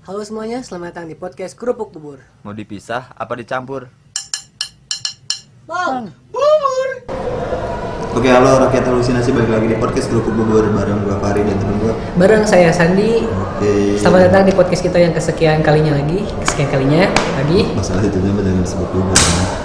Halo semuanya, selamat datang di podcast Kerupuk Bubur. Mau dipisah apa dicampur? Bang, Oke, halo rakyat halusinasi, balik lagi di podcast Kerupuk Bubur bareng gua Fari dan temen gua. bareng saya Sandi. Oke. Selamat datang di podcast kita yang kesekian kalinya lagi. Masalah itunya jangan disebut bubur.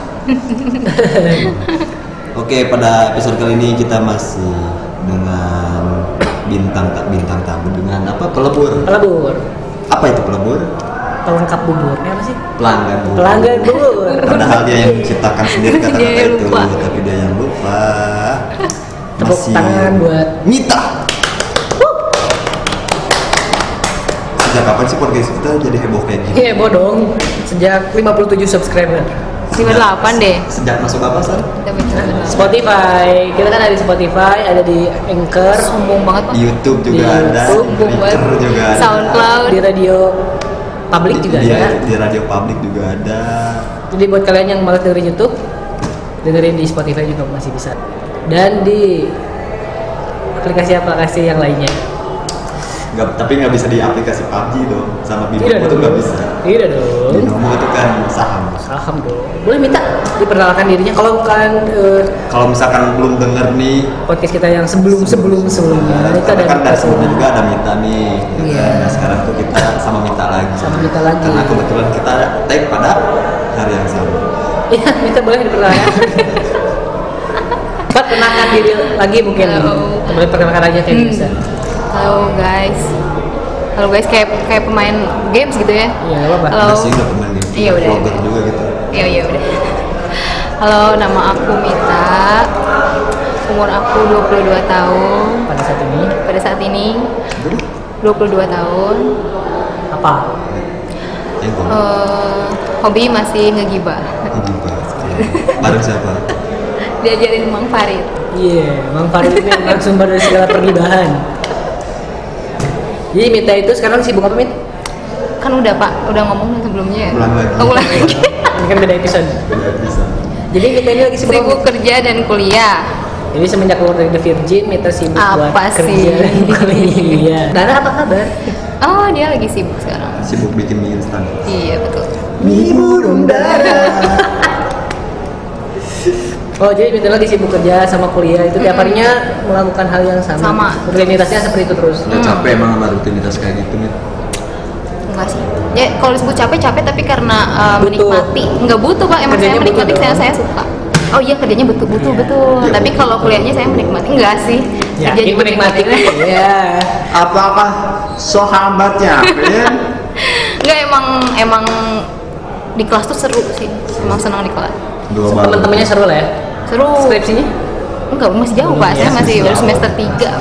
Oke, pada episode kali ini kita masih dengan bintang tamu dengan apa? Pelebur. Apa itu pelebur? Pelengkap bubur. Apa sih? Pelanggan bubur. Pelanggan bubur. Padahal dia yang menciptakan sendiri kata-kata Dia itu, lupa. tapi dia yang lupa. Tepuk tangan buat Mita. Sejak kapan sih podcast kita jadi heboh kayak gini? Iya, bodong. Sejak 57 subscriber. 58 deh. Sejak masuk apa, San? Spotify. Kita kan ada di Spotify, ada di Anchor, Sombong banget Pak. YouTube Di juga ada, YouTube, Twitter juga ada, SoundCloud. di radio publik juga Iya, ada. di radio publik juga ada. Jadi buat kalian yang malas dengerin YouTube, dengerin di Spotify juga masih bisa. Dan di aplikasi-aplikasi yang lainnya. Tapi nggak bisa di aplikasi PUBG dong, sama Tidak Binomo tuh dong. nggak bisa. Tidak dong. Binomo itu kan saham. Saham dong. Boleh minta diperkenalkan dirinya kalau bukan Kalau misalkan belum denger nih, podcast kita yang sebelumnya itu ada kan dari Mita sebelumnya semua. juga ada Mita nih. Ya Iya. kan? Nah, sekarang tuh kita sama Mita lagi. Sama Mita lagi. Karena kebetulan kita take pada hari yang sama. Iya, Mita boleh diperkenalkan. Perkenalkan diri lagi mungkin. Halo. Boleh perkenalkan aja kayak biasa. Halo guys, kayak pemain games gitu ya. Iya, nggak apa-apa. Halo. Masih nggak pernah nih. Iya, udah. Vlogger juga gitu. Iya udah. Halo, nama aku Mita. Umur aku 22 tahun. Pada saat ini Pada saat ini 22 tahun. apa? Yang kok Hobi masih ngegibah. bareng siapa? Diajarin Mang Farid. Iya, Mang Farid ini memang sumber dari segala pergibahan. Jadi Mita itu sekarang sibuk apa, Mit? Kan udah Pak, udah ngomong sebelumnya ya. Ulang lagi. Oh, ulang lagi. Ini kan beda episode. Nggak bisa. Jadi Mita ini lagi sibuk. Sibuk kerja dan kuliah. Jadi semenjak keluar dari The Virgin, Mita sibuk buat Apa kerja sih? dan kuliah. Dana apa kabar? Oh, dia lagi sibuk sekarang. Sibuk bikin mie instan. Iya, betul. Mie burung dara. Oh, jadi Mita lagi sibuk kerja sama kuliah itu tiap harinya melakukan hal yang sama. Sama. Rutinitasnya seperti itu terus. Nggak capek emang sama rutinitas kayak gitu nih? Enggak sih. Ya kalau disebut capek tapi karena Butuh. menikmati. Enggak butuh, Pak. Emang Kerjanya saya menikmati, butuh saya dong. suka. Oh iya, kerjanya betul. Iya, Tapi betul. kalau kuliahnya saya menikmati. Enggak sih. Ya, Kerja ini juga menikmati. nikmatin. Iya. Apakah sahabatnya, Ben? Enggak, emang di kelas tuh seru sih. Emang senang di kelas. Dua balon. Teman-temannya seru lah ya. Seru. Skripsinya? Enggak, masih jauh, Belum Pak. ya, Saya masih masih baru jauh. semester 3.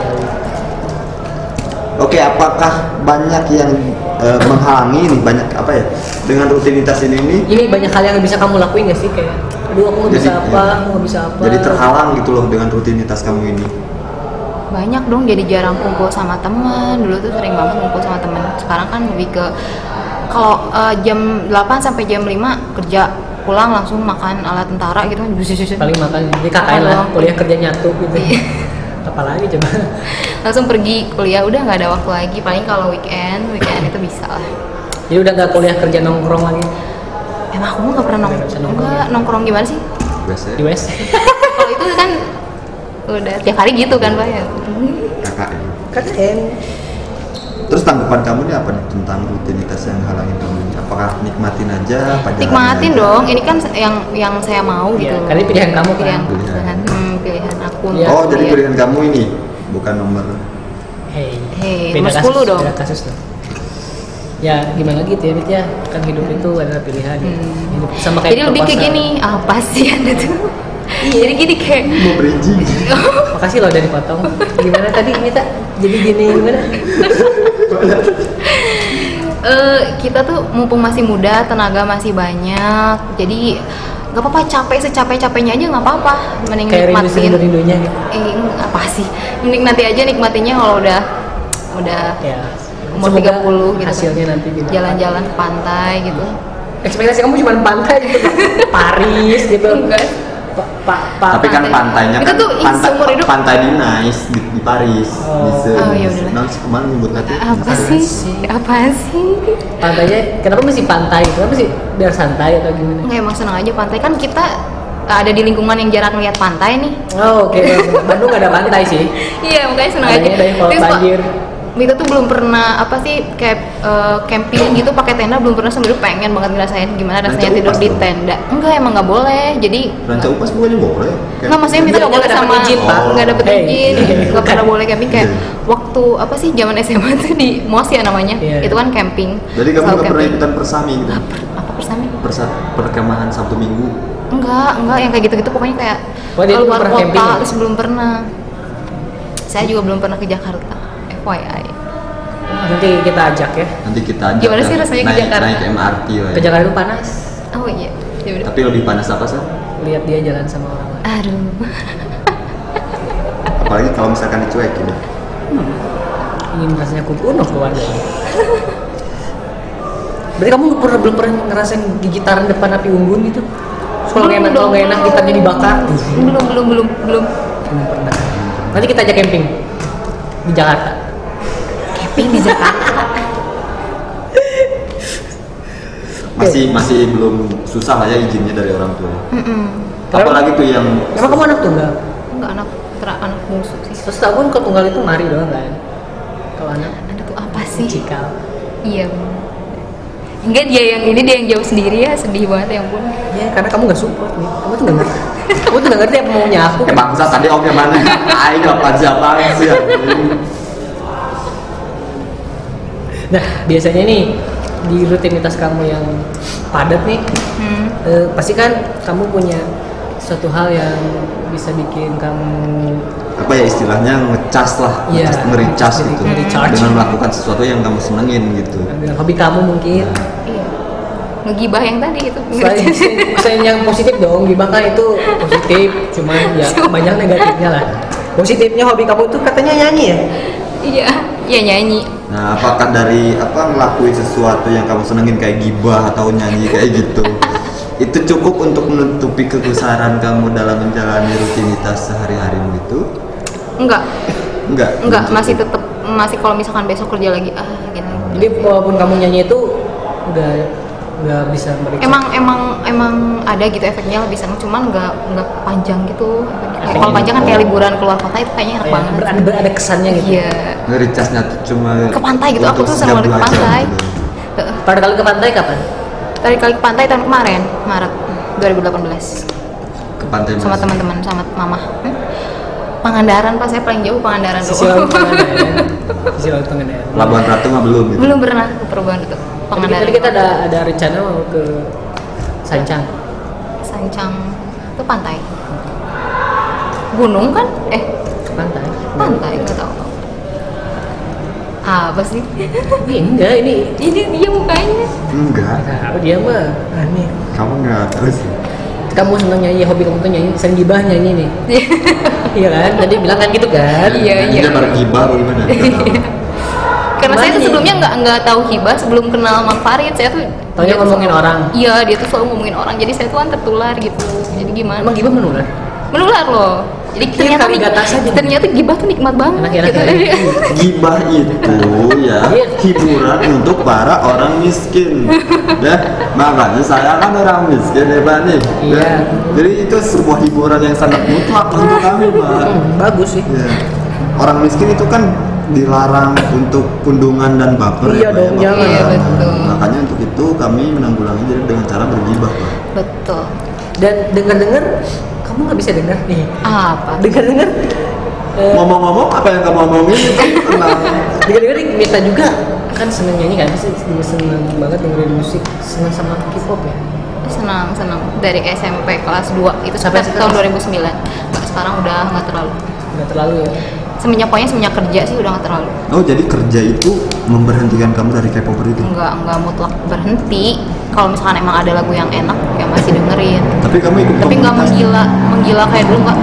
Oke, apakah banyak yang menghalangi nih, banyak apa ya dengan rutinitas ini nih? Ini banyak hal yang bisa kamu lakuin gak sih kayak aduh aku nggak bisa Jadi, apa, ya. aku nggak bisa apa. Jadi terhalang gitu loh dengan rutinitas kamu ini. Banyak dong, jadi jarang kumpul sama teman. Dulu tuh sering banget kumpul sama teman. Sekarang kan lebih ke kalau jam 8 sampai jam 5 kerja, pulang langsung makan ala tentara gitu kan. Paling makan di KKN lah, kuliah kerja nyatu gitu. Apalagi coba. Langsung pergi kuliah, udah nggak ada waktu lagi. Paling kalau weekend itu bisa lah. Jadi udah nggak kuliah kerja nongkrong lagi Emang aku nggak pernah Nggak bisa nongkrong. nggak nongkrong gimana sih? Biasanya di WC. Kalau itu kan udah tiap hari gitu kan, Pak ya. KKN. KKN. Terus tanggapan kamu nih apa nih tentang rutinitas yang halangin kamu ini? Apakah nikmatin aja? Apa jalanin Nikmatin aja? dong. Ini kan yang saya mau Iya, gitu. karena ini pilihan kamu kan. Pilihan aku. Iya. Oh, jadi kuliah. pilihan kamu ini bukan nomor. Hey, nomor 10 dong. Beda kasus tuh. Ya gimana gitu ya, Dit ya. Kan hidup itu adalah pilihan. Hidup sama kayak Jadi lebih ke berpuasa. gini, apa sih Anda tuh? Jadi gini kayak Mau bridging. Makasih loh udah dipotong. Gimana tadi Mita? Jadi gini gimana? kita tuh mumpung masih muda, tenaga masih banyak. Jadi nggak apa-apa, capek secapek-capeknya aja nggak apa-apa. Mending Kayak nikmatin. rindu-rindunya gitu. Apa sih? Mending nanti aja nikmatinya kalau udah Ya. umur Semoga 30 gitu. hasilnya nanti gitu. Jalan-jalan ke pantai gitu. Ekspektasi kamu cuma pantai gitu. Paris gitu. Enggak. Tapi kan pantainya itu kan tuh seumur hidup. pantai di Nice di Paris. Oh iya udah. Nah, kemarin nyebut nanti. Apa sih? Pantainya kenapa mesti pantai? Kenapa sih biar santai atau gimana? Nggak, emang senang aja pantai kan kita ada di lingkungan yang jarang lihat pantai nih. Oh, oke. Bandung nggak ada pantai sih. Iya, makanya senang aja. Dari kalau banjir. Kita tuh belum pernah kayak camping gitu pakai tenda, belum pernah, sendiri pengen banget ngerasain gimana rasanya tidur di tenda. Enggak, emang nggak boleh. Jadi Ranca Upas bukannya boleh? nggak, maksudnya kita nggak boleh sama nggak dapet izin, nggak pernah boleh camping. Kayak waktu zaman SMA tuh di MOS ya namanya, itu kan camping. Jadi kamu nggak pernah ikutan persami gitu? Apa persami? Perkemahan Sabtu Minggu. Enggak yang kayak gitu-gitu, pokoknya kayak keluar kota, terus belum pernah. Saya juga belum pernah ke Jakarta, FYI. Nanti kita ajak ya. Gimana sih rasanya ke Jakarta? Naik MRT lah. Ke Jakarta itu panas. Oh iya. Yaudah. Tapi lebih panas apa sih? Lihat dia jalan sama orang lain. Aduh. Apalagi kalau misalkan dicuekin. Ingin rasanya kukunuh keluarganya. Berarti kamu belum pernah ngerasain gigitaran depan api unggun gitu? Kalau nggak enak gitarnya dibakar. Belum pernah. Nanti kita ajak camping di Jakarta. Camping di Jakarta. Masih belum susah lah ya izinnya dari orang tua. Apalagi tuh yang. Emang kamu anak tunggal? Enggak, anak bungsu sih. Terus tahu kan tunggal itu mari doang kan? Kalau anak tuh apa sih? Cikal. Iya. Enggak, dia yang jauh sendiri ya, sedih banget ya ampun. Ya karena kamu nggak support nih. Kamu tuh nggak ngerti. Kamu tuh nggak ngerti apa maunya aku. Bangsa tadi oke mana? Aing apa siapa sih? Nah biasanya nih di rutinitas kamu yang padat nih, pasti kan kamu punya suatu hal yang bisa bikin kamu apa ya istilahnya ngecas lah, nge-recharge gitu, dengan melakukan sesuatu yang kamu senengin gitu. Dengan hobi kamu mungkin. Iya. Ngegibah yang tadi itu. Selain yang positif dong, gibah kan itu positif, cuman ya banyak negatifnya lah. Positifnya hobi kamu itu katanya nyanyi ya? Iya nyanyi. Nah, apakah dari ngelakuin sesuatu yang kamu senengin kayak gibah atau nyanyi kayak gitu, itu cukup untuk menutupi kegusaran kamu dalam menjalani rutinitas sehari-harimu itu? Enggak, Cukup. masih kalau misalkan besok kerja lagi gitu. Jadi walaupun kamu nyanyi itu nggak bisa meriksa. Emang ada gitu efeknya lebih seneng, cuman nggak panjang gitu. Kalau panjang kan kayak liburan keluar kota itu kayaknya enak banget. Ada kesannya gitu. Iya. Nge-recharge-nya tuh cuma ke pantai gitu. Aku tuh sering banget ke pantai. Pada kali ke pantai kapan? Terakhir kali ke pantai tahun kemarin, Maret 2018. Ke pantai sama teman-teman, sama mama. Pangandaran, pas saya paling jauh Pangandaran Sisi Laut Pangandaran. Labuan Ratu mah belum gitu. Belum pernah ke Perubahan itu. Pangandaran. Tadi kita ada rencana mau ke Sancang itu pantai. Gunung kan? Pantai nggak tahu. Apa sih? Ini dia mukanya. Enggak. Nah, dia mah aneh. Kamu nggak terus. Kamu senang nyanyi, hobi kamu tuh nyanyi, sering gibah nyanyi nih. Iya kan? Tadi bilang kan gitu kan? Iya. Dia baru gibah bagaimana? Karena saya tuh sebelumnya nggak tahu hibah sebelum kenal Mang Farid. Saya tuh taunya ngomongin orang. Iya, dia tuh selalu ngomongin orang. Jadi saya tuh kan tertular gitu. Jadi gimana? Emang gibah menular? Menular loh. Jadi ternyata gibah tuh nikmat banget. Gitu. Gibah itu ya hiburan untuk para orang miskin. Makanya saya kan orang miskin ya Pak nih. Iya. Jadi itu sebuah hiburan yang sangat mutlak untuk kami Pak. Bagus sih. Ya. Orang miskin itu kan dilarang untuk kundungan dan baper. Iya dong, jangan. Iya, betul. Makanya untuk itu kami menanggulangi dengan cara bergibah Pak. Betul. Dan dengar kamu nggak bisa dengar nih. Apa? Dengar. Ngomong-ngomong apa yang kamu ngomongin itu tenang. Dengar Mita juga kan seneng nyanyi kan, pasti seneng banget dengerin musik, seneng sama K-pop ya. Senang dari SMP kelas 2 itu sampai tahun 2009. Sekarang udah nggak terlalu ya. Semenjak kerja sih udah nggak terlalu. Oh, jadi kerja itu memberhentikan kamu dari K-pop itu? Enggak mutlak berhenti. Kalau misalkan emang ada lagu yang enak ya masih dengerin. Tapi kamu ikut tapi nggak menggila kayak dulu nggak.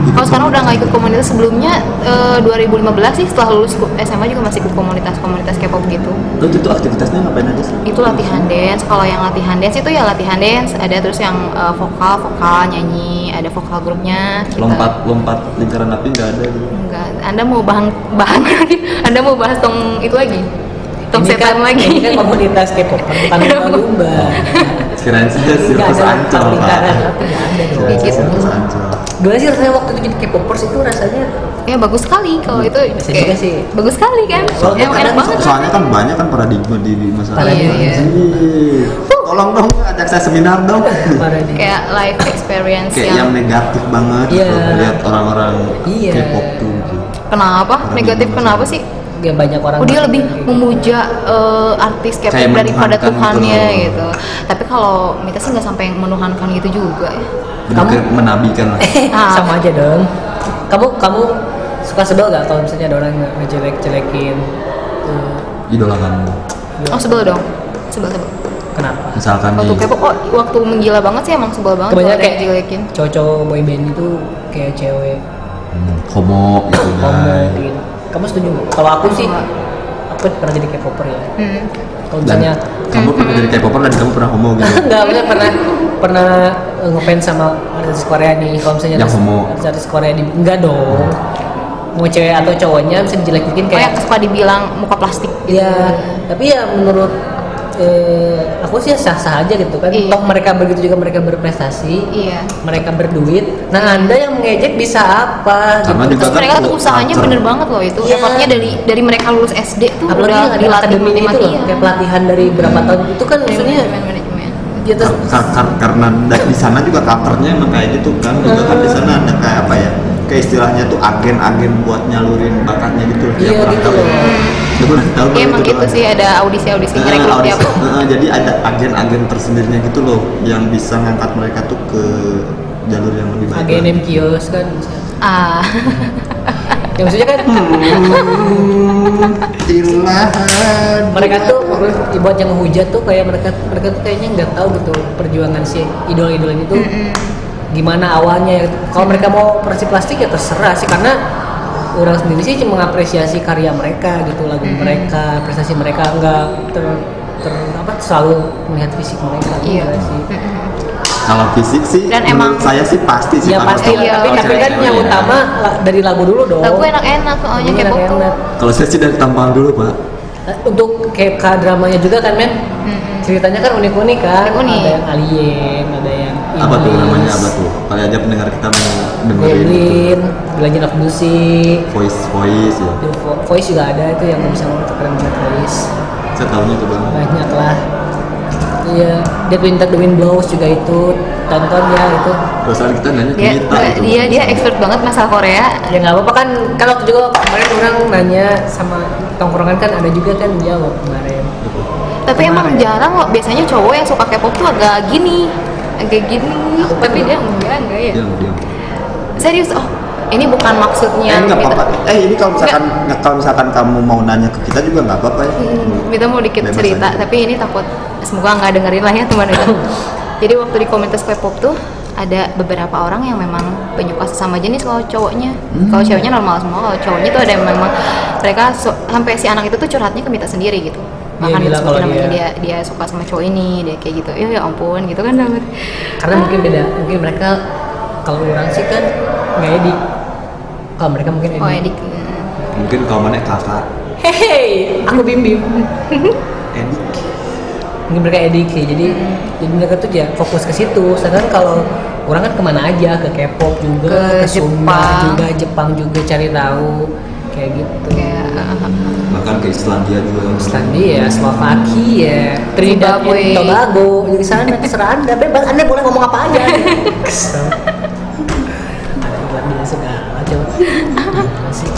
Kalau sekarang udah nggak ikut komunitas. Sebelumnya 2015 sih, setelah lulus SMA juga masih ikut komunitas K-pop gitu. Lo itu aktivitasnya ngapain aja sih? Itu latihan dance. Kalau yang latihan dance itu ya latihan dance, ada terus yang vokal nyanyi, ada vokal grupnya kita. Lompat lingkaran api nggak ada gitu? Enggak. Anda mau bahan lagi? Anda mau bahas tong itu lagi? Tong Ini setan lagi? Ini kan komunitas K-pop, bukan lumba-lumba. Sekiranya saya Nggak sirkus ada ancol pak. lingkaran api, nggak ada dong. Sekiranya Gitu. sirkus ancol. Gimana sih rasanya waktu itu jadi K-popers itu rasanya? Ya bagus sekali kalau itu. Bisa juga sih. Bagus sekali kan? Soalnya Emang kadang enak banget. Soalnya kan banyak kan paradigma di masyarakat. Paradigma. Iya. Anjir. Tolong dong ajak saya seminar dong. Paradigma. Kayak life experience Kayak yang negatif banget Iya. gitu, lihat orang-orang Iya. K-pop tuh gitu. Kenapa? Paradigma Negatif masyarakat. kenapa sih? Ya banyak orang. Oh dia masuk lebih kayak gitu. memuja artis K-pop Kayak daripada menuhankan Tuhannya gitu loh. gitu. Tapi kalau Mita sih nggak sampai yang menuhankan gitu juga ya. Bener kayak menabikan lah. Sama aja dong. Kamu suka sebel gak kalau misalnya ada orang ngejelek-jelekin? Idola kamu. Oh sebel dong, sebel. Kenapa? Misalkan Waktu di K-pop, waktu menggila banget sih emang sebel banget kalau Kebanyakan ada yang kayak jelekin. cowok-cowok boyband itu kayak cewek homo gitu homo guys. gitu. Kamu setuju nggak? Kalau aku sih, Enggak. aku pernah jadi K-popper ya. Kalau Dan misalnya kamu pernah jadi K-popper dan kamu pernah homo gitu. enggak, maksudnya pernah ngefans sama artis Korea nih. Kalau misalnya Yang homo. artis Korea enggak dong. Mau cewek atau cowoknya bisa dijelekin Oh kayak yang suka dibilang muka plastik gitu. ya, tapi ya menurut aku sih sah-sah aja gitu kan. Iya. Toh mereka begitu juga, mereka berprestasi, Iya. mereka berduit. Nah, Anda yang mengejek bisa apa? Karena gitu. juga Terus mereka tuh kan usahanya culture. bener banget loh itu. Iya. Effortnya dari mereka lulus SD tuh Apalagi udah yang ada dilatih akademi itu loh, mati-matian. kayak pelatihan dari berapa tahun itu kan maksudnya Manajemen. ya terus Karena di sana juga culture-nya emang kayak gitu kan. Juga kan di sana ada kayak apa ya? Kayak istilahnya tuh agen-agen buat nyalurin bakatnya gitu. Iya, gitu loh. Dia pernah tahu Ya emang gitu doang. sih ada audisi rekrut tiap. Jadi ada agen-agen tersendirinya gitu loh yang bisa ngangkat mereka tuh ke jalur yang lebih baik. AGNM kios kan. Ah. Ya maksudnya kan Ilahan. mereka tuh buat yang menghujat tuh kayak mereka tuh kayaknya nggak tahu gitu perjuangan si idola-idola itu gimana awalnya. Kalau mereka mau operasi plastik ya terserah sih, karena orang sendiri sih cuma mengapresiasi karya mereka gitu, lagu mereka, prestasi mereka, nggak selalu melihat fisik mereka. Iya. Enggak sih. Kalau fisik sih, Dan menurut emang- saya sih pasti sih. Ya kalau pasti, cowok- iya. tapi kalau kan cewek-cewek yang ya. utama dari lagu dulu dong. Lagu enak-enak soalnya Lagu K-pop tuh. enak-enak. Kalau saya sih dari tampang dulu pak. Untuk kayak dramanya juga kan men, ceritanya kan unik-unik kan. Unik-unik. Ada yang alien, ada yang Apa tuh iblis, namanya apa tuh? Kali aja pendengar kita mau dengerin gitu. Goblin, Legend of Lucy, voice ya. The Voice juga ada itu yang bisa keren banget Voice. Saya tahunya itu banget. Banyak lah. Iya, The Winter the Wind Blows juga itu, tonton ya itu. Perasaan kita nanya ke Dia kita itu. dia expert banget masalah Korea. Ya nggak apa-apa kan, kalau waktu juga kemarin orang nanya sama tongkrongan kan ada juga kan jawab kemarin. Tapi emang Kemarin. jarang loh, biasanya cowok yang suka K-pop tuh agak gini. Tapi dia enggak ya. Diam. Serius, oh ini bukan maksudnya Nggak kita, apa-apa. Ini kalau misalkan kamu mau nanya ke kita juga nggak apa-apa ya. kita mau dikit Bebas cerita, aja. tapi ini takut semoga nggak dengerin lah ya teman-teman. Jadi waktu di komunitas K-pop tuh ada beberapa orang yang memang penyuka sesama jenis. Kalau cowoknya, kalau ceweknya normal semua. Kalau cowoknya tuh ada yang memang mereka sampai si anak itu tuh curhatnya ke Mita sendiri gitu. Dia Bahkan bilang disebutin kalau namanya dia suka sama cowok ini, dia kayak gitu. Ya ampun gitu kan banget. Karena mungkin beda, mungkin mereka kalau orang sih kan nggak edik, kalau mereka mungkin edik. Oh edik. Mungkin kalau mana kakak. Hehehe, aku bim bim. Edik. Mungkin mereka edik sih, jadi mereka tuh ya fokus ke situ. Sedangkan kalau orang kan kemana aja, ke K-pop juga, Ke ke Sumba Jepang. juga, Jepang juga cari tahu kayak gitu. Kayak Bahkan ke Islandia juga. Islandia, Slovakia, Trinidad Zimbabwe. and Tobago, di sana terserah Anda, bebas Anda boleh ngomong apa aja. Kesel. Ada Islandia segala coba. Masih.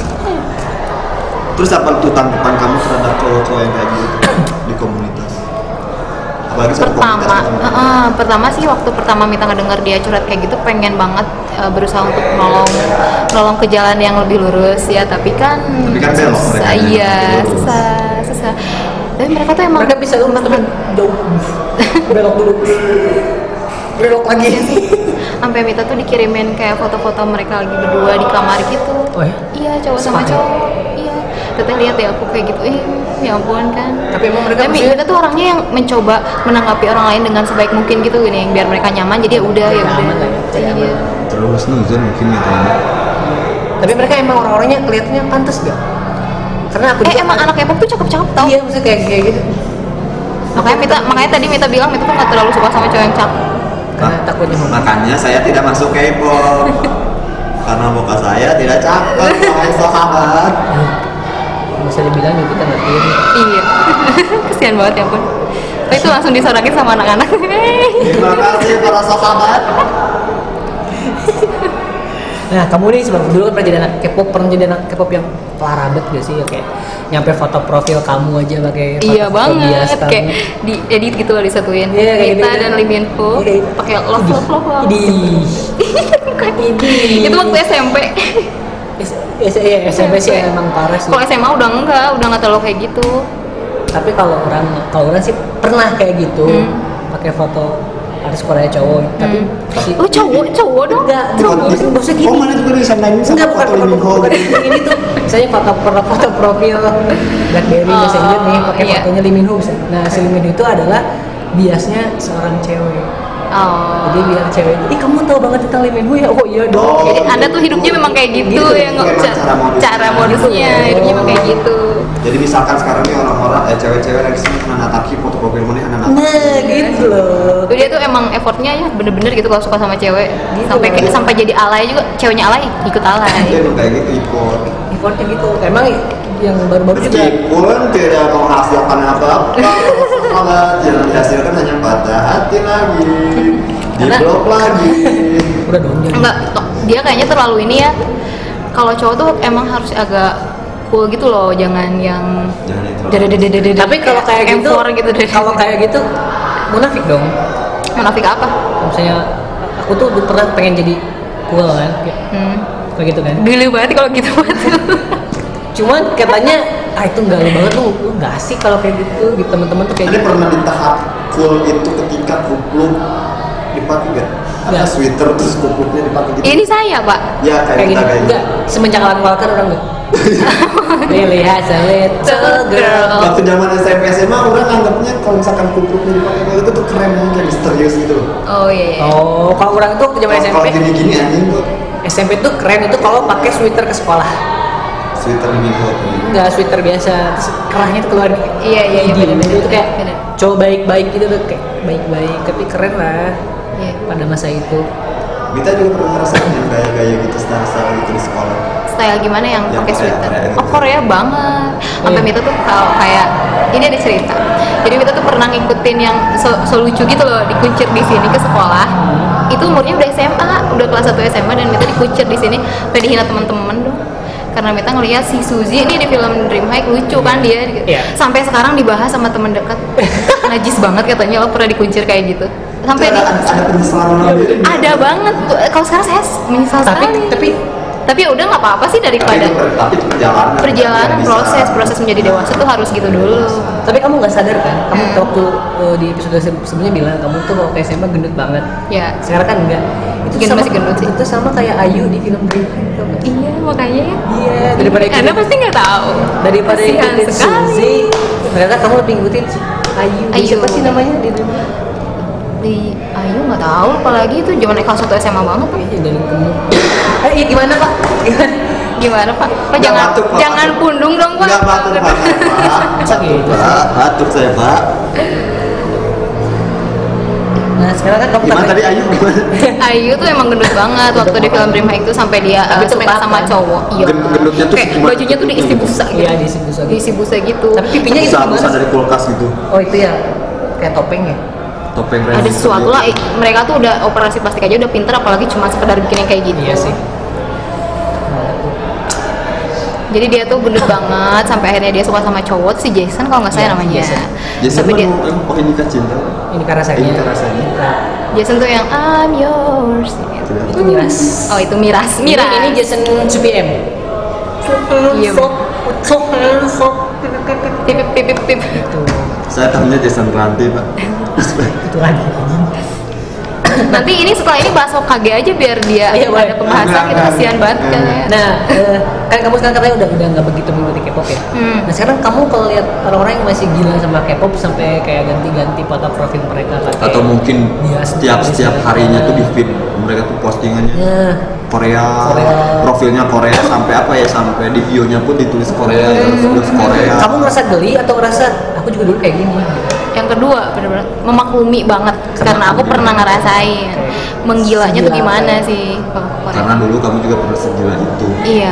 Terus apa tuh tanggapan kamu terhadap cowok-cowok yang kayak gitu di komunitas? Apalagi satu pertama sih waktu pertama Mita ngedenger dia curhat kayak gitu, pengen banget berusaha untuk nolong ke jalan yang lebih lurus ya, tapi kan belok susah, mereka. iya Lurus. susah. Tapi mereka tuh emang Mereka bisa lurus tapi jauh belok dulu, belok lagi. sampai Mita tuh dikirimin kayak foto-foto mereka lagi berdua di kamar gitu. Oh ya? Iya, cowok sama Sepakat. cowok. Iya. Teteh lihat ya aku kayak gitu. Ya ampun kan. Tapi emang mereka Tapi maksudnya- Mita tuh orangnya yang mencoba menanggapi orang lain dengan sebaik mungkin gitu gini, biar mereka nyaman. Jadi ya udah ya Biar udah. aman lah ya, cari Iya. aman. Terus nuzul mungkin gitu ya. Tapi mereka emang orang-orangnya kelihatannya pantas gak? Karena aku juga Emang anak K-pop tuh cakep-cakep tau. Iya, maksudnya kayak gitu. Makanya tadi Mita bilang Mita tuh nggak terlalu suka sama cowok yang cakep. Karena takutnya mau Makanya saya tidak masuk K-pop. Karena muka saya tidak cakep, wahai sahabat. bisa dibilang ya kita ngertiin. Iya. Kesian banget ya ampun. Tapi itu langsung disorakin sama anak-anak. Terima kasih para sahabat. Nah, kamu nih sebelum dulu kan pernah jadi anak K-pop, yang parabet gak sih ya, kayak nyampe foto profil kamu aja pakai Iya foto bias banget, kamu. kayak di edit gitu loh disatuin. Iya, kayak Mita gitu. dan Lee Min Ho Iya, kayak gitu. pakai love. Idih. Itu waktu SMP. Iya, SMP sih emang parah sih. Kalau SMA udah nggak terlalu kayak gitu. Tapi kalau orang sih pernah kayak gitu, pakai foto artis Korea cowok, tapi si Oh cowok dong. enggak, Cowok. nggak usah gini. Oh, mana juga bisa nanya sama Enggak, foto Lee Min Ho. bukan ini tuh. Misalnya foto profil BlackBerry Messenger nih, pakai iya. fotonya Lee Min Ho. Nah, si Lee Min Ho itu adalah biasnya seorang cewek. Oh. Jadi biar cewek itu, kamu tahu banget tentang Lee Min Ho ya? Oh iya dong. Oh. Jadi Anda tuh hidupnya memang kayak gitu, Gitu, ya nggak memang cara modusnya. hidupnya memang kayak gitu. Jadi misalkan sekarang nih orang-orang cewek-cewek lagi sini kena nataki foto profil mana kena nataki. Nah, gitu loh. Tuh dia tuh emang effortnya ya bener-bener gitu kalau suka sama cewek. Gitu. Sampai jadi alay juga, ceweknya alay ikut Itu alay. emang kayak gitu ikut. Effortnya gitu. Emang yang baru-baru juga Meskipun tidak menghasilkan apa-apa, sahabat yang dihasilkan hanya patah hati lagi, di Karena- blok lagi. udah dong jangan. Enggak, dia kayaknya terlalu ini ya. Kalau cowok tuh emang harus agak cool gitu loh, jangan yang Jangan itu. dadadadadadad, Tapi kalau kayak gitu, M4 gitu deh. kalau kayak gitu munafik dong. Munafik apa? Misalnya aku tuh dulu pernah pengen jadi cool kan, kayak gitu kan. Gila banget kalau gitu banget. Cuman katanya itu enggak lu banget, lu nggak asik kalau kayak gitu teman-teman tuh kayak Anda gitu. pernah di tahap cool itu ketika kupluk dipakai gak? Atau Nggak. sweater terus kupluknya dipakai gitu? Ini saya, Pak. Ya Kayak kayak gini kita kayak enggak semenjak Alan Walker udah enggak. Really has a little girl. Waktu zaman SMP SMA orang anggapnya kalau misalkan kupluknya dipakai kayak itu tuh keren kayak misterius gitu. Oh iya. Oh, kalau orang tuh waktu zaman Kalau SMP, gini-gini anjing tuh SMP tuh keren itu kalau pakai sweater ke sekolah. sweater di minggu. Enggak sweater biasa, terus kerahnya tuh keluar. Iya, Gini, bener. itu kayak Bener. cowok baik-baik gitu tuh, kayak baik-baik tapi keren lah Iya. pada masa itu. Kita juga pernah ngerasain yang gaya-gaya gitu style-style gitu di sekolah. Style gimana yang Yang pakai Korea, sweater? Korea gitu. Oh Korea banget. Sampai Iya. Mita tuh kalau kayak ini ada cerita. Jadi Mita tuh pernah ngikutin yang so lucu gitu loh, dikuncir di sini ke sekolah. Itu umurnya udah SMA, udah kelas 1 SMA dan Mita dikuncir di sini, sampai dihina teman-teman dong. Karena Mita ngelihat si Suzy ini di film Dream High lucu kan dia. Iya. Sampai sekarang dibahas sama teman dekat. Najis banget katanya lo pernah dikuncir kayak gitu. Sampai Itu ada penyesalan lagi. ada banget. Kalau sekarang saya menyesal sekali. Tapi ya udah nggak apa-apa sih daripada Tapi itu perjalanan. proses menjadi dewasa tuh harus gitu dulu. Tapi kamu nggak sadar kan? Kamu waktu di episode sebelumnya bilang kamu tuh waktu SMA gendut banget. Ya. Sekarang kan enggak. Itu Gendut masih gendut sih. Itu sama kayak Ayu di film Dream High, tau nggak? Iya makanya ya. Iya, daripada Anda ikutin, pasti nggak tahu. daripada Kasihan ikutin sekali. Suzy, ternyata kamu lebih ngikutin si Ayu. Ayu. Siapa sih namanya di Dream High? Di Ayu nggak tahu, apalagi itu zaman kelas 1 SMA banget tuh. Iya, dari kamu. Iya gimana Pak? Gimana Pak? Pak Nggak jangan batuk, Pak. jangan pundung dong Pak. Enggak batuk Pak. Gitu. Pak, batuk saya Pak. Nah sekarang kan kamu Gimana kata- tadi Ayu gimana? Ayu tuh emang gendut banget waktu di film Dream High itu sampai dia Tapi itu suka make up sama kan? cowok. Iya. Gendutnya tuh kayak cuma bajunya tuh diisi busa gitu. Iya, diisi busa gitu. Diisi busa gitu. Tapi pipinya itu Busa gimana? dari kulkas gitu. Oh itu ya kayak topeng ya? Topeng Ada resistor sesuatu gitu. lah, mereka tuh udah operasi plastik aja udah pinter, apalagi cuma sekedar bikin yang kayak gitu. Iya sih. Jadi dia tuh gendut banget sampai akhirnya dia suka sama cowok si Jason kalau nggak salah Iya, namanya. Jason. Jason Tapi dia oh ini kan cinta. Ini kan rasanya. Ini kan rasanya. Jason tuh yang I'm yours. Gitu. Itu miras. Oh itu miras. Ini Jason CPM. Iya. Pip pip pip pip. Itu Saya tahunya Jason Ranti Pak. itu lagi. Nanti ini setelah ini bahas Hokage aja biar dia Iya, boleh. ada pembahasan gitu, kasihan banget kan ya. Nah, kan kamu sekarang katanya udah nggak begitu mengikuti K-pop ya. Nah sekarang kamu kalau lihat orang-orang yang masih gila sama K-pop sampai kayak ganti-ganti foto profil mereka pakai Atau mungkin Iya, setiap harinya tuh di feed mereka tuh postingannya Nah, Korea, Korea. profilnya Korea sampai apa ya, sampai di bio-nya pun ditulis Korea, terus Korea. kamu ngerasa geli atau ngerasa aku juga dulu kayak gini? Yang kedua benar-benar memaklumi banget karena aku pernah ngerasain menggilanya tuh Segila gimana apa? sih kalau Korea. Karena dulu kamu juga pernah segila itu. Iya.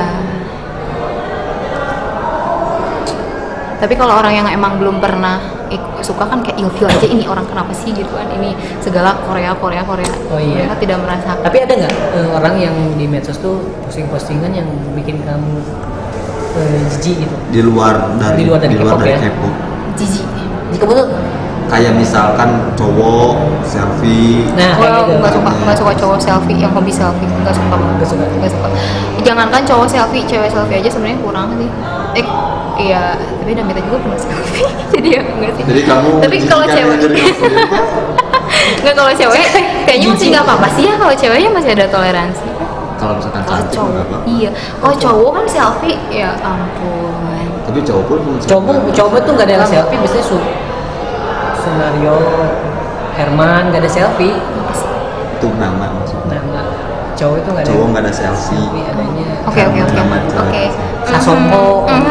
Tapi kalau orang yang emang belum pernah suka kan kayak ilfil aja, ini orang kenapa sih gitu kan, ini segala Korea. Oh iya. Mereka tidak merasakan. Tapi ada nggak orang yang di medsos tuh posting-postingan yang bikin kamu jijik gitu? Di luar dari K-pop ya? K-pop. Jijik. Jadi kamu tuh Kayak misalkan cowok selfie. nah kayak gitu. Nggak suka cowok selfie, yang hobi selfie nggak suka banget. Nggak suka. Jangankan cowok selfie, cewek selfie aja sebenarnya kurang sih. Iya, tapi Namita juga pernah selfie, jadi ya enggak sih. Jadi kamu tapi kalau cewek nggak, kalau cewek kayaknya masih nggak apa-apa sih ya, kalau ceweknya masih ada toleransi. kalau misalkan Kalau cantik cowok, nggak apa. iya. Kalau cowok kan selfie, ya ampun. Tapi cowok pun Cowok tuh nggak ada yang selfie, biasanya Sunario, Herman nggak ada selfie. itu nama maksudnya. Nah, cowok itu nggak ada. Cowok nggak ada selfie. Adanya Oke. Nama cewek. Oke. Sasongko.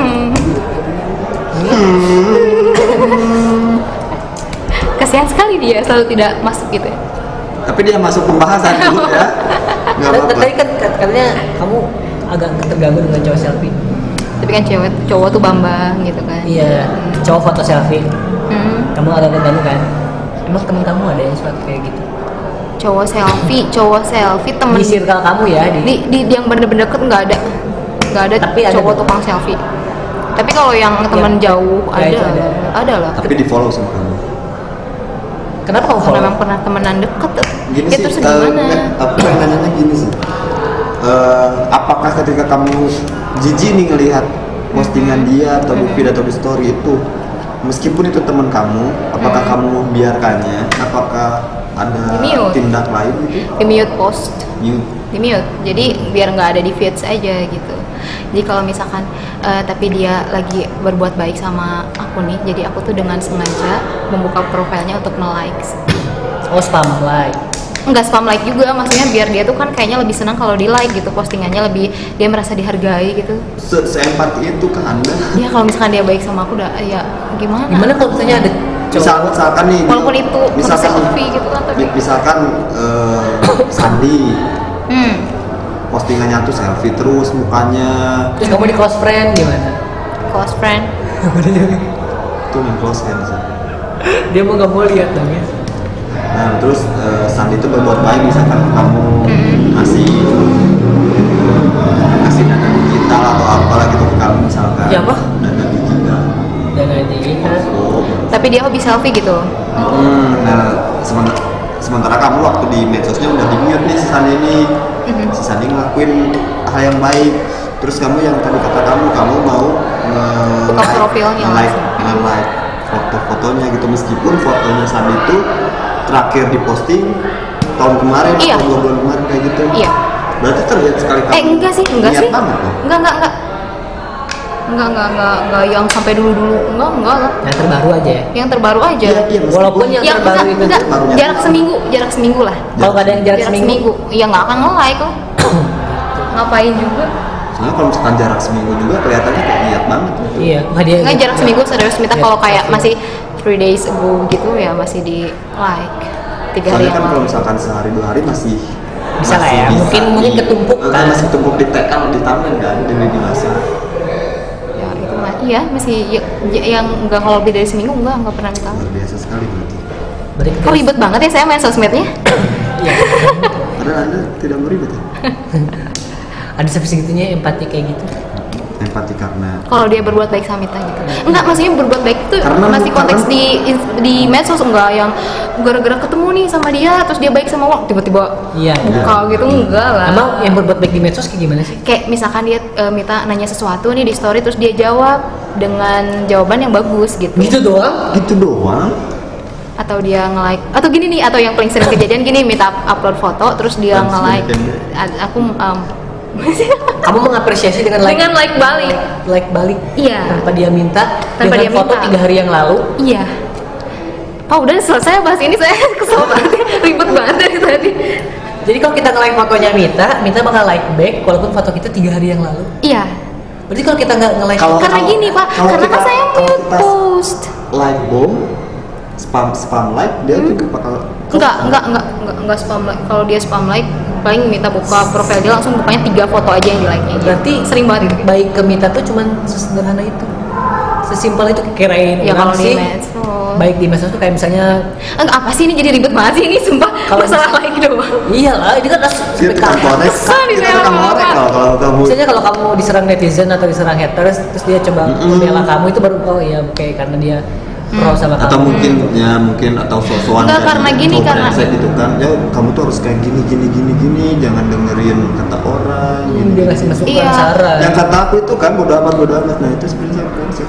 Kasihan sekali dia selalu tidak masuk gitu ya. Tapi dia masuk pembahasan dulu ya. Nggak apa-apa. Tadi kan katanya kamu agak terganggu dengan cowok selfie. Tapi kan cowok tuh bambang gitu kan. Iya, cowok foto selfie. Hmm. Kamu agak terganggu kan? Emang temen kamu ada yang suka kayak gitu? Cowok selfie temen Di circle kamu ya? di yang bener-bener deket nggak ada Tapi ada cowok dong. tukang selfie. Tapi kalau yang temen jauh Ya, itu ada lah. Tapi di follow sama kamu. Kenapa kamu Kalau follow? memang pernah temenan deket, Gini ya sih, terus gimana? aku pengen nanyanya gini sih. Apakah ketika kamu jijik nih ngelihat postingan dia atau di feed atau di story itu, meskipun itu teman kamu, apakah kamu membiarkannya? Apakah ada Di-mute. tindak lain gitu? Di mute post, Mute. di mute. Jadi biar nggak ada di feeds aja gitu. Jadi kalau misalkan tapi dia lagi berbuat baik sama aku nih, jadi aku tuh dengan sengaja membuka profilnya untuk nge-likes. Oh, spam like. Enggak spam like juga, maksudnya biar dia tuh kan kayaknya lebih senang kalau di like gitu, postingannya lebih dia merasa dihargai gitu. Seempati itu kan Anda? Ya kalau misalkan dia baik sama aku udah ya gimana? Gimana kalau misalnya ada cowok? Misalkan nih, Walaupun itu misalkan selfie gitu kan, tapi misalkan Sandi hmm. postingannya tuh selfie terus mukanya, Terus kamu di close friend gimana? close friend. tuh yang close kan sih. Dia mau nggak mau lihat dong ya? Nah terus Sandi itu berbuat baik, misalkan kamu ngasih dana digital atau apalah gitu ke kamu misalkan. Ya, apa? Dana digital. Dan aja kan? Oh. Tapi dia hobi selfie gitu. Nah sementara kamu waktu di medsosnya udah di mute nih si Sandi ini. Si Sandi ngelakuin hal yang baik. Terus kamu yang tadi kata kamu mau Buka profilnya like langsung. foto-fotonya gitu, meskipun fotonya Sandi itu terakhir diposting tahun kemarin Iya. atau 2 bulan kemarin kayak gitu. Iya. Berarti terlihat sekali kamu. Enggak sih. niat banget loh. Enggak yang sampai dulu. Enggak lah. Yang terbaru aja ya? Yang terbaru aja. Iya, meskipun- Walaupun yang terbaru itu enggak, barunya. jarak seminggu lah. Kalau nggak ada yang jarak seminggu, ya nggak akan nge-like kok. Ngapain juga? Soalnya kalau misalkan jarak seminggu juga kelihatannya kayak niat banget gitu. iya, nggak dia. Nggak jarak seminggu serius Mita, Iya, kalau kayak pasti. masih 3 days ago gitu ya masih di like 3 hari Soalnya yang kan kalau lalu. misalkan sehari 2 hari masih Bisa lah ya, mungkin ketumpuk kan. masih ketumpuk di TL di timeline kan di media massa. Ya itu iya masih yang nggak, kalau lebih dari seminggu nggak pernah Mita. Luar biasa sekali berarti. Berarti Kok ribet banget ya saya main sosmednya? Iya. Padahal Anda tidak meribet ya. Ada sampai segitunya empati kayak gitu. Empati karena Kalau dia berbuat baik sama Mita gitu. Enggak, maksudnya berbuat baik itu masih konteks di medsos, enggak yang gara-gara ketemu nih sama dia terus dia baik sama orang tiba-tiba Iya. buka gitu, enggak lah. Emang yang berbuat baik di medsos kayak gimana sih? Kayak misalkan dia Mita nanya sesuatu nih di story terus dia jawab dengan jawaban yang bagus gitu. Gitu doang? gitu doang. atau dia nge-like, atau gini nih, atau yang paling sering kejadian gini, minta upload foto terus dia nge-like, aku Kamu mengapresiasi dengan like balik. Like balik. Iya. Tanpa dia minta. Tanpa dengan dia foto minta. 3 hari yang lalu. Iya. Pak udah selesai bahas ini, saya kesel banget, ribet banget dari tadi. Jadi kalau kita nge-like fotonya Mita bakal like back walaupun foto kita 3 hari yang lalu. Iya. Berarti kalau kita nggak nge-like Karena gini Pak, karena kan saya mute post. Like spam like dia juga bakal Enggak spam like. Kalau dia spam like paling Mita buka profil dia langsung bukanya 3 foto aja yang di like-nya. Berarti sering banget itu. Baik ke Mita tuh cuman sesederhana itu. Sesimpel itu kirain Ya kalau sih. di medsos. Baik di medsos tuh kayak misalnya Enggak, apa sih ini jadi ribet banget sih ini, sumpah. Kalau masalah like doang. iyalah, ini kan Dia tukang korek, kita tukang korek kalau kamu. Misalnya kalau kamu diserang netizen atau diserang haters, terus dia coba membela kamu, itu baru oh iya oke, karena dia pro sama Atau kamu. mungkin atau sosokan Enggak, karena gini, karena gitu kan, ya kamu tuh harus kayak gini, jangan dengerin kata orang. Dia ngasih masukan Iya. saran. Yang kata aku itu kan bodo amat. Nah itu sebenarnya prinsip.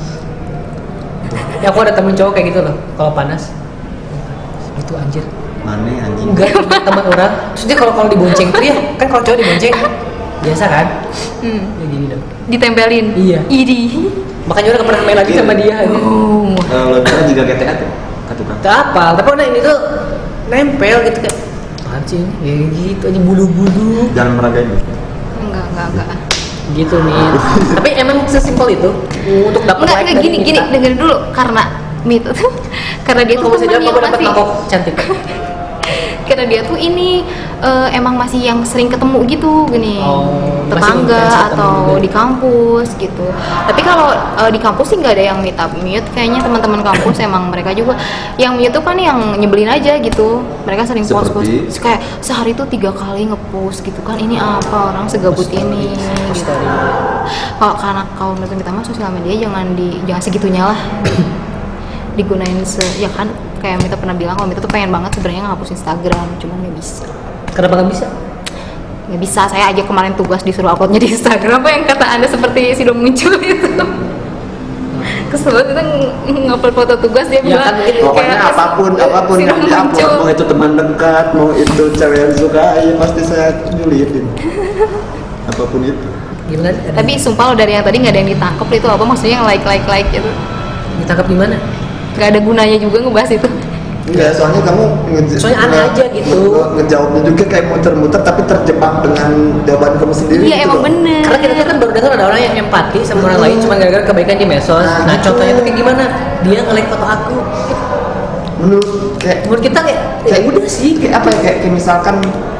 Ya aku ada temen cowok kayak gitu loh, kalau panas itu anjir. Mana anjing? Enggak, teman orang. Terus dia kalau dibonceng tuh ya, kan kalau cowok dibonceng biasa kan? Ya gini dong. Ditempelin. Iya. Idi. Makanya orang gak pernah main lagi sama dia. Oh. Kalau dia juga GTK tuh, katukan. Tak apa, tapi orang ini tuh nempel gitu kayak apaan sih ini? Ya gitu aja bulu-bulu Jangan meragain. Enggak. gitu nih. Tapi emang sesimpel itu untuk dapat like Enggak dari gini, Mita. dengerin dulu, karena Mita tuh karena dia tuh Kamu bisa temen jawab yang aku dapat masih mangkok cantik. karena dia tuh ini emang masih yang sering ketemu gitu gini, Oh, masih tetangga intens ketemu atau juga. di kampus gitu. Tapi kalau di kampus sih nggak ada yang meet up mute, kayaknya teman-teman kampus emang mereka juga yang mute tuh kan yang nyebelin aja gitu. Mereka sering post Seperti? kayak sehari tuh 3 kali ngepost gitu kan, ini apa orang segabut ini gitu. Kalau menurut kita mah sosial media jangan segitunya lah. Digunain ya kan, kayak Mita pernah bilang kalau Mita tuh pengen banget sebenarnya ngapus Instagram, cuman nggak bisa. Kenapa nggak bisa? Nggak bisa, saya aja kemarin tugas disuruh uploadnya di Instagram, apa yang kata anda seperti sudah muncul itu. Kesel banget kita ngupload foto tugas dia Ya bilang kan, mungkin Pokoknya apapun yang diupload, mau itu teman dekat, mau itu cewek yang suka, ya pasti saya julitin. Apapun itu. Gimana? Tapi sumpah lo dari yang tadi nggak ada yang ditangkap, itu apa maksudnya yang like gitu, ditangkap di mana? nggak ada gunanya juga ngebahas itu. Enggak, soalnya kamu Soalnya aneh aja gitu. ngejawabnya juga kayak muter-muter tapi terjebak dengan jawaban kamu sendiri. Iya gitu emang loh. bener. Karena kita tuh kan baru dengar ada orang yang empati sama orang lain cuma gara-gara kebaikan di medsos. Nah, gitu. contohnya tuh kayak gimana? Dia nge-like foto aku. Menurut Menurut kita kayak ya udah sih. kayak apa ya, kayak misalkan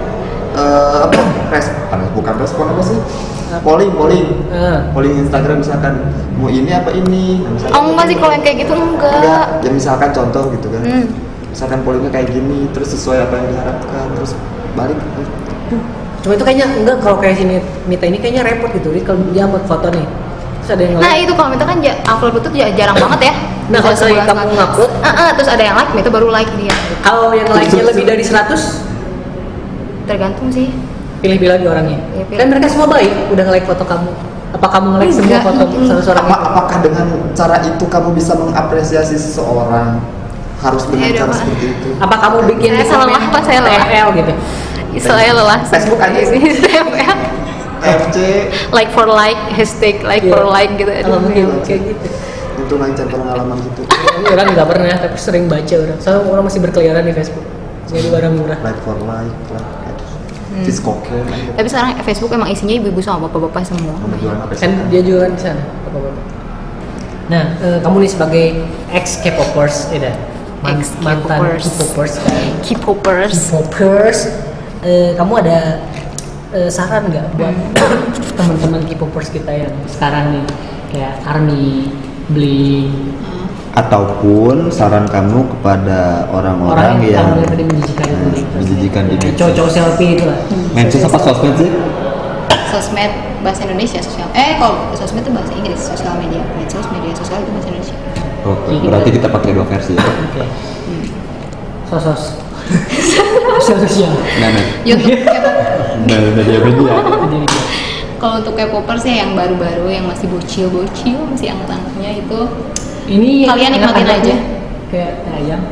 bukan respon apa sih? Polling Instagram misalkan mau ini apa ini. Nah, misalkan Oh enggak sih, kalau yang kayak gitu enggak. Ya misalkan contoh gitu kan. Hmm. Misalkan pollingnya kayak gini, terus sesuai apa yang diharapkan, terus balik. Cuma itu kayaknya enggak, kalau kayak sini Mita ini kayaknya repot gitu. Jadi kalau dia upload foto nih, terus ada yang Nah nge-like. itu kalau Mita kan upload itu jarang banget ya. Nah, kalau Bisa sebulan kamu sekali. ngupload, Terus ada yang like, Mita baru like dia. Kalau yang like-nya lebih dari 100, Tergantung sih. pilih-pilih lagi orangnya. Iya, pilih. Kan mereka semua baik, udah nge-like foto kamu. Apa kamu nge-like semua Enggak. foto seseorang itu? Apakah dengan cara itu kamu bisa mengapresiasi seseorang? Harus dengan Ya, cara udah, seperti itu. Apa kamu bikin Saya di salah komen apa, saya lelah. TL gitu? Saya lelah. Facebook aja sih. TML. FC Like for like, hashtag like for Iya. like gitu. Kalau mungkin kayak gitu. itu lancar pengalaman gitu. Ini orang nggak pernah, tapi sering baca orang. Soalnya orang masih berkeliaran di Facebook. Jadi barang murah. Like for like Fiskoken. Tapi sekarang Facebook emang isinya ibu-ibu sama bapak-bapak semua. Kan dia juga kan di sana. Bapak-bapak. Nah, kamu nih sebagai ex K-popers, ya mantan K-popers kan? K-popers. K-popers, kamu ada saran nggak buat teman-teman K-popers kita yang sekarang nih kayak ARMY, Blink, Ataupun saran kamu kepada orang-orang yang kamu tadi menjijikan itu nih, menjijikan di medsos. cowok-cowok selfie itu lah. Medsos apa sosmed sih? Sosmed bahasa Indonesia, sosial. Kalau sosmed itu bahasa Inggris, sosial media. Medsos, media sosial itu bahasa Indonesia. Oke, berarti kita pakai 2 versi ya. Oke. Sosos. Sosial. Nah, YouTube K-pop. media. Kalau untuk K-popers ya yang baru-baru, yang masih bocil-bocil, masih anget-angetnya itu Ini kalian nikmatin anak-anaknya, aja. kayak ayam.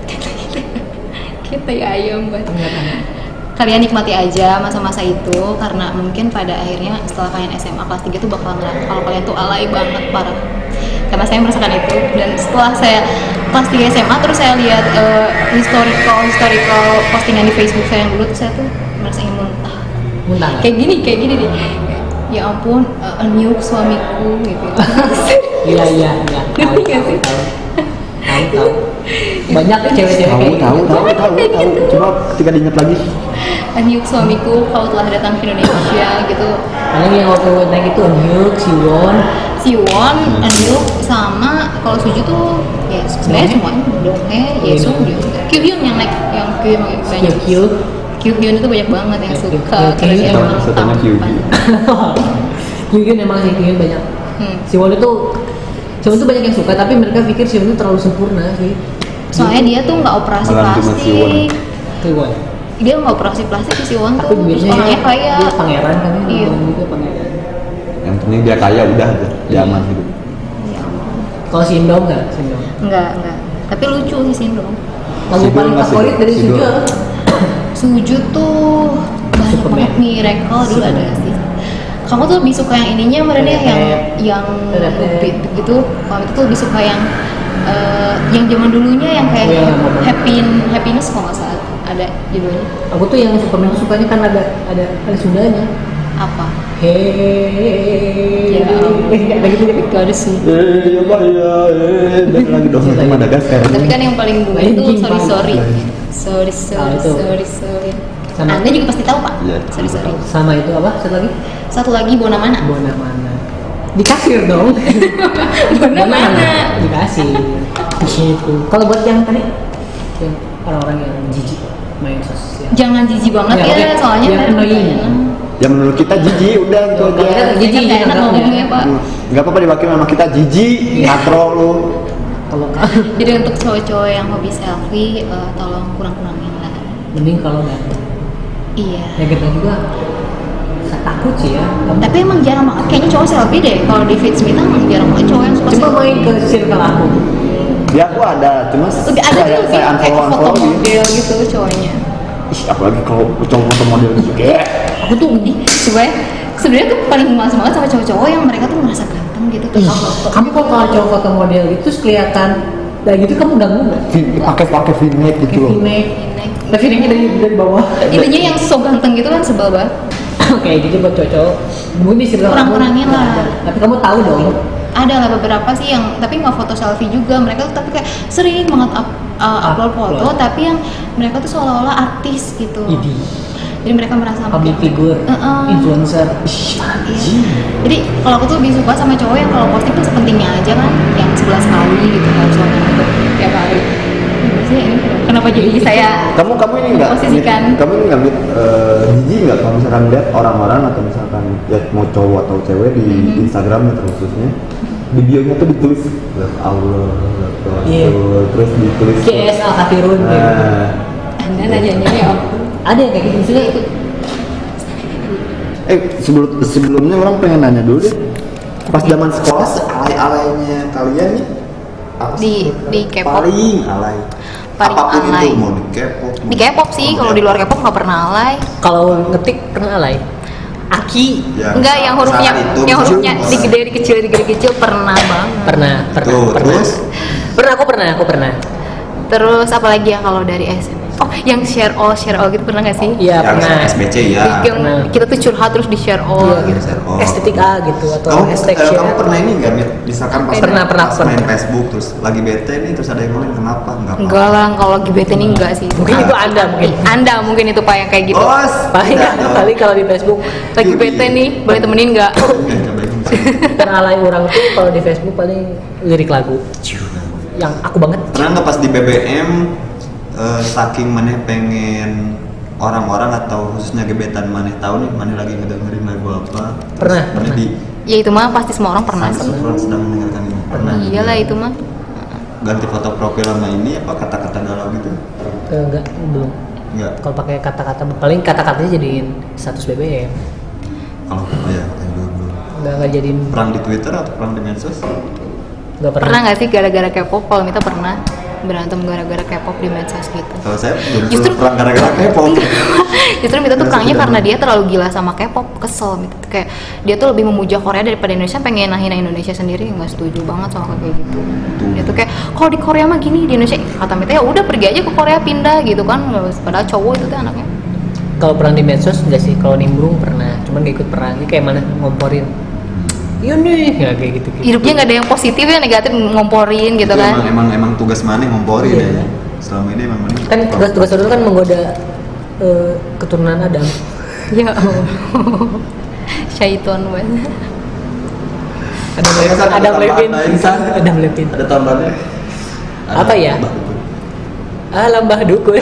Kita ya ayam banget. Enggak. Kalian nikmati aja masa-masa itu karena mungkin pada akhirnya setelah kalian SMA kelas 3 tuh bakal ngerasa kalau kalian tuh alay banget parah. Karena saya merasakan itu dan setelah saya kelas 3 SMA terus saya lihat historical postingan di Facebook saya yang dulu tuh saya tuh merasa ingin muntah. Muntah. Kayak gini deh. Ya ampun, nyuk suamiku gitu. Iya. Ngerti gak sih? Tahu. Banyak cewek-cewek kayak tahu. Coba ketika diingat lagi. Anyuk suamiku, kau telah datang ke Indonesia gitu. paling yang waktu naik itu Anyuk, Siwon, Anyuk sama kalau Suju tuh ya sebenarnya semuanya Donghae, Yesung, Kyuhyun yang naik, yang Kyuhyun banyak. Kyuhyun itu banyak banget yang suka karena dia emang tampan. Kyuhyun emang sih Kyuhyun banyak. Siwon itu banyak yang suka tapi mereka pikir Siwon itu terlalu sempurna sih. Soalnya dia tuh nggak operasi plastik. Siwon. Dia nggak operasi plastik si Siwon tuh. Tapi Orangnya kaya. Dia pangeran kan? Iya. Itu pangeran. Yang penting dia kaya udah aja, dia aman hidup. Ya ampun. Kalau Sindom nggak? Sindom. Enggak. Tapi lucu sih Sindom. Lagu Sidol paling nggak favorit Sidol? dari Sidol. Suju? Suju tuh banyak Superman. banget Miracle dulu Superman. ada sih. Kamu tuh lebih suka yang ininya mana deh yang beat gitu. Kalau itu tuh lebih suka yang zaman dulunya yang kayak Oh, yang happiness kalau nggak salah ada judulnya. Aku tuh yang Superman tuh sukanya kan ada Sundanya. Apa? Hei. Ya, Kayak gitu jadi. Gak ada sih. Dan lagi dong itu Madagaskar. Tapi kan yang paling gue itu Linkin sorry. Ah, itu. Sama. Anda juga pasti tahu Pak. Iya, Sorry. Sama itu apa? Satu lagi? Satu lagi Bona mana? Bona mana? Dikasih dong. Bona mana? Dikasih. Gitu. Kalau buat yang tadi yang orang-orang yang jijik main sosial. Jangan jijik banget Ya, ya, oke. soalnya Yang kan annoying. Yang menurut kita jijik udah gitu Kalau kita aja. jijik Jijik enak ngomongnya Pak. Gak apa-apa diwakili sama kita jijik, katro lu. Kalau Jadi untuk cowok-cowok yang hobi selfie, tolong kurang-kurangin lah. mending kalau nggak. Iya. Ya kita juga saya takut sih ya. Tapi emang jarang banget kayaknya cowok selfie deh. Kalau di feed Smita emang jarang banget cowok yang suka Coba selfie. main ke circle aku. Ya aku ada, cuma Udah ada saya tuh kayak unfollow foto gitu. model gitu cowoknya. Ih, apalagi kalau cowok foto model gitu kayak Aku tuh Sebenarnya tuh paling males banget sama cowok-cowok yang mereka tuh merasa ganteng gitu. kamu kalau cowok foto model itu terus kelihatan dan gitu kamu ganggu nggak? pakai V-neck gitu loh. V-neck. Tapi V-necknya dari bawah. Intinya yang so ganteng gitu kan sebel banget. Kayak gitu buat cowok. Mungkin di circle Kurang-kurangin kamu lah. nggak ada. Tapi kamu tahu dong. Ada lah beberapa sih yang tapi nggak foto selfie juga mereka tuh tapi kayak sering banget upload foto Upload. tapi yang mereka tuh seolah-olah artis gitu. Idi. Jadi mereka merasa Public figure, influencer. Iya. Jadi kalau aku tuh lebih suka sama cowok yang kalau posting tuh sepentingnya aja kan, yang 11 kali gitu kan soalnya untuk tiap hari. Maksudnya ini kenapa jadi saya Kamu ini enggak? memposisikan? Kamu ini enggak jijik enggak kalau misalkan lihat orang-orang atau misalkan ya mau cowok atau cewek di Instagram khususnya di bio-nya tuh ditulis love Allah, love Rasul, Iya. terus ditulis KS Al Kafirun. Nah, Anda nanyanya ya. Ada yang kayak gitu misalnya itu. sebelumnya orang pengen nanya dulu deh. Pas zaman sekolah sealay-alaynya kalian nih apa sih? Di K-pop. Paling alay. Paling Apapun alay. itu mau di K-pop. Di K-pop sih, kalau di luar K-pop nggak pernah alay. Kalau ngetik pernah alay. Aki. Ya, Enggak, yang hurufnya saat itu yang hurufnya muncul. digede dikecil pernah banget. Pernah. Tuh, terus Aku pernah. Terus apalagi ya kalau dari SM? Oh, yang share all gitu pernah nggak sih? Iya, yang pernah. SBC ya. Yang pernah. kita tuh curhat terus di share all Iya, gitu. share all. Estetik A gitu atau hashtag share. Kamu pernah ini nggak, Mit? Misalkan pas Pernah. main Facebook terus lagi bete nih terus ada yang ngomongin kenapa? Enggak lah, kalau lagi bete nih enggak sih. Mungkin itu Anda mungkin. Anda mungkin itu Pak yang kayak gitu. Paling kali kalau di Facebook Lagi bete nih, boleh temenin enggak? pernah alay orang tuh kalau di Facebook paling lirik lagu yang aku banget. Pernah nggak pas di BBM saking maneh pengen orang-orang atau khususnya gebetan maneh tahu nih maneh lagi ngedengerin lagu apa? Pernah, Terus maneh di Ya itu mah pasti semua orang pernah sih. orang sedang mendengarkan ini. Pernah. Iyalah itu mah. Ganti foto profil sama ini apa kata-kata galau gitu? Enggak, belum. Enggak. Kalau pakai kata-kata paling kata-katanya jadiin status BBM. Kalau ya katanya belum. Enggak jadiin Perang di Twitter atau perang di medsos? enggak Pernah nggak sih gara-gara K-pop? Kalau kita pernah. berantem gara-gara K-pop di medsos gitu. Kalau saya Justru- perang gara-gara K-pop. Justru Mita tuh perangnya karena dia terlalu gila sama K-pop, kesel Mita tuh kayak dia tuh lebih memuja Korea daripada Indonesia, pengen hina Indonesia sendiri, nggak setuju banget sama kayak gitu. Dia tuh kayak kalau di Korea mah gini, di Indonesia kata Mita ya udah pergi aja ke Korea pindah gitu kan, padahal cowok itu tuh anaknya. Kalau perang di medsos enggak sih, kalau nimbrung pernah, cuman gak ikut perang. Ini kayak mana ngomporin. Iya nih, ya kayak gitu. Hidupnya nggak ada yang positif ya, negatif ngomporin gitu Itu kan. emang tugas mana ngomporin Iya. ya. Selama ini emang mana? Kan tugas itu kan menggoda keturunan Adam. Ya Allah. Syaiton banget. Adam Levin. Adam Levin. Ada tambahannya? Apa ya? Lambah dukun.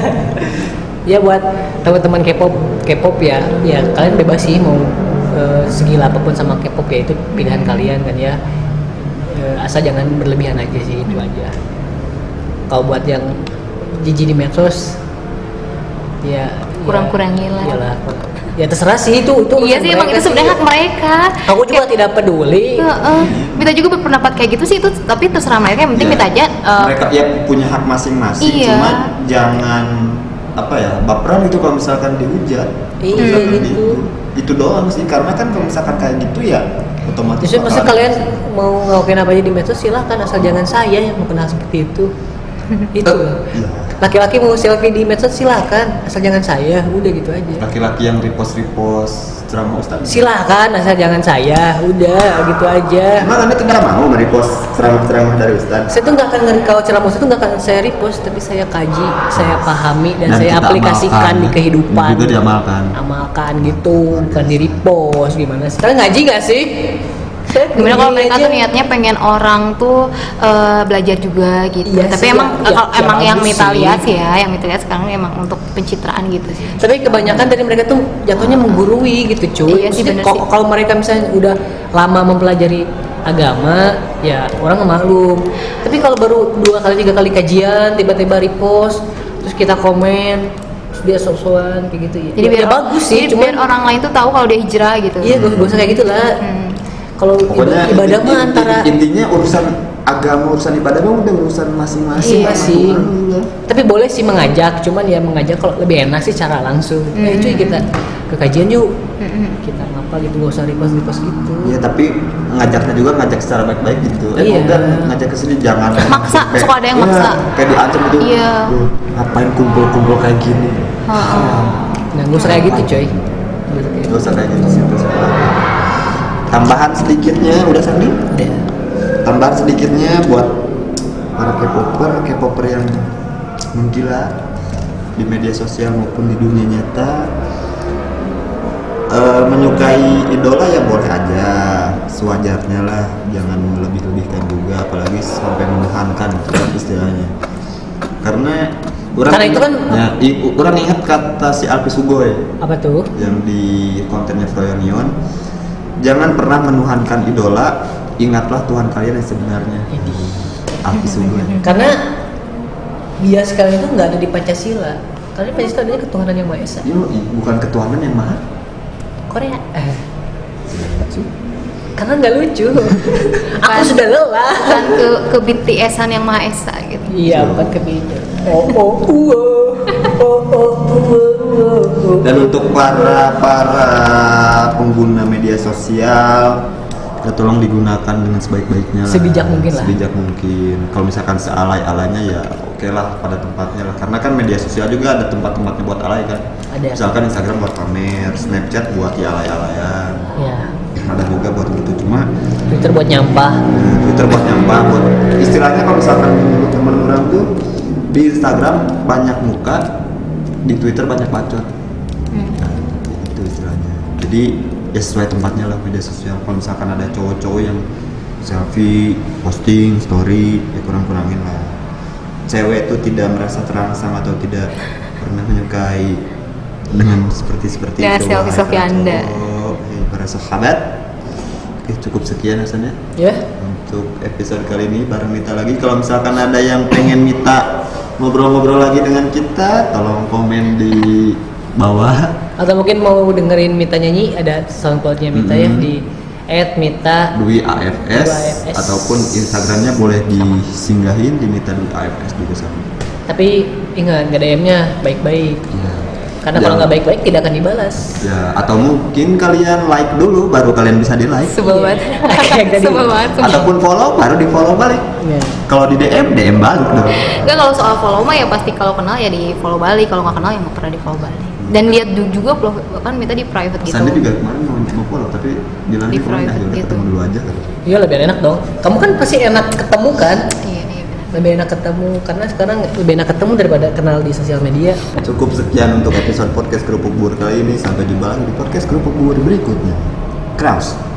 Ya buat teman-teman K-pop ya kalian bebas sih mau segila apapun sama K-pop, ya itu pilihan kalian kan ya. Asal jangan berlebihan aja sih, itu aja. Kalau buat yang jijik di medsos ya Kurang-kurangin lah. Iyalah. Ya terserah sih itu Iya urusan sih, emang mereka itu sebenarnya hak mereka. Aku juga tidak peduli. Mita juga berpendapat kayak gitu sih, itu tapi terserah mereka, yang penting Iya. Mita aja Mereka ya punya hak masing-masing, Iya. cuma jangan apa ya, baperan itu kalau misalkan dihujat. Iya, Misalkan gitu. Itu doang sih, karena kan kalau misalkan kayak gitu ya otomatis. Justru masa bakalan- kalian mau ngelakuin apa aja di medsos silahkan, asal jangan saya yang mau kenal seperti itu. Itu Iya. laki-laki mau selfie di medsos silahkan, asal jangan saya, udah gitu aja. Laki-laki yang repost ceramah ustaz. Silahkan, asal jangan saya, udah gitu aja. Emang anda tidak mau merepost ceramah dari ustaz? Saya tuh nggak akan kalau ceramah itu nggak akan saya repost, tapi saya kaji, saya pahami dan saya kita aplikasikan amalkan, di kehidupan. juga diamalkan. Amalkan gitu, bukan di repost gimana sih? Kalian ngaji nggak sih? Saya gimana kalau begini mereka aja. tuh niatnya pengen orang tuh belajar juga gitu. Iya Tapi sih, emang ya, kalau ya emang yang bagus Mita sih. lihat sih ya, yang Mita lihat sekarang emang untuk pencitraan gitu sih. Tapi kebanyakan dari mereka tuh jatuhnya menggurui gitu cuy. Iya sih, Maksudnya bener kalau sih. kalau mereka misalnya udah lama mempelajari agama, ya orang maklum. Tapi kalau baru 2 kali 3 kali kajian tiba-tiba repost, terus kita komen, terus dia sok-sokan kayak gitu ya. Jadi biar bagus sih, jadi cuman biar orang lain tuh tahu kalau dia hijrah gitu. iya gak usah kayak gitulah. Kalau Pokoknya ibadah mah antara intinya urusan agama, urusan ibadah mah udah urusan masing-masing. masing-masing. Tapi boleh sih mengajak, cuman ya mengajak kalau lebih enak sih cara langsung. Cuy kita ke kajian yuk. Kita ngapa gitu, gak usah repost gitu. Iya, tapi ngajaknya juga ngajak secara baik-baik gitu. Iya. Udah ngajak ke sini jangan Maksa, kayak- suka ada yang iya, maksa. Kayak diancam gitu. Iya. "Lu ngapain kumpul-kumpul kayak gini?" Nah, gak usah kayak gitu coy. Gak usah kayak gitu sih. Tambahan sedikitnya udah Sandi? Udah. Tambahan sedikitnya buat para K-popper yang menggila di media sosial maupun di dunia nyata. Menyukai idola ya boleh aja, sewajarnya lah, jangan melebih-lebihkan juga, apalagi sampai menuhankan gitu kan istilahnya. Karena Itu kan orang ingat kata si Alpi Sugoy apa tuh? yang di kontennya Froyonion, jangan pernah menuhankan idola, ingatlah Tuhan kalian yang sebenarnya. Alpi Sugoy. Karena bias kalian itu nggak ada di Pancasila. Karena Pancasila adanya ketuhanan yang Maha Esa. Bukan ketuhanan yang maha. Korea. Karena nggak lucu. Aku sudah lelah. Bukan ke BTS-an yang Maha Esa gitu. Iya, bukan kebinya. Dan untuk para pengguna media sosial, ya tolong digunakan dengan sebaik-baiknya lah. Sebijak mungkin lah. Sebijak mungkin. Kalau misalkan sealay-alanya ya oke lah pada tempatnya lah. Karena kan media sosial juga ada tempat-tempatnya buat alay kan. Ada. Misalkan Instagram buat pamer, Snapchat buat ya alay-alayan. Ya. Ada juga buat gitu, cuma Twitter buat nyampah. Twitter buat nyampah, buat istilahnya kalau misalkan menurut teman orang tuh di Instagram banyak muka, di Twitter banyak bacot. Nah, itu istilahnya. Jadi ya sesuai tempatnya lah media sosial. Kalau misalkan ada cowok-cowok yang selfie, posting, story, ya kurang-kurangin lah. Cewek itu tidak merasa terangsang atau tidak pernah menyukai dengan seperti Dengan itu. selfie-selfie Wahai para Anda. cowok, para sahabat. Oke, cukup sekian rasanya Ya. untuk episode kali ini bareng Mita lagi. Kalau misalkan ada yang pengen Mita ngobrol-ngobrol lagi dengan kita, tolong komen di bawah. Atau mungkin mau dengerin Mita nyanyi, ada soundcloudnya Mita ya di @mita Dwi AFS ataupun Instagramnya boleh disinggahin di Mita Dwi AFS juga sama. Tapi ingat nge-DM-nya baik-baik. Ya. Karena kalau nggak baik-baik tidak akan dibalas. Ya, atau mungkin kalian like dulu baru kalian bisa di like. Sebel banget. Kayak tadi. Sebel banget. Ataupun follow baru di follow balik. Ya. Kalau di DM balik dong. Enggak, kalau soal follow mah ya pasti kalau kenal ya di follow balik, kalau nggak kenal ya nggak pernah di follow balik. Dan lihat juga kan Mita di private gitu. Sandi juga kemarin mau follow tapi bilang Di di follow private udah gitu. ketemu dulu aja kan. Iya lebih enak dong. Kamu kan pasti enak ketemu kan? Iya benar. Lebih enak ketemu karena sekarang lebih enak ketemu daripada kenal di sosial media. Cukup sekian untuk episode podcast Kerupuk Bubur kali ini. Sampai jumpa lagi di podcast Kerupuk Bubur berikutnya. Kraus.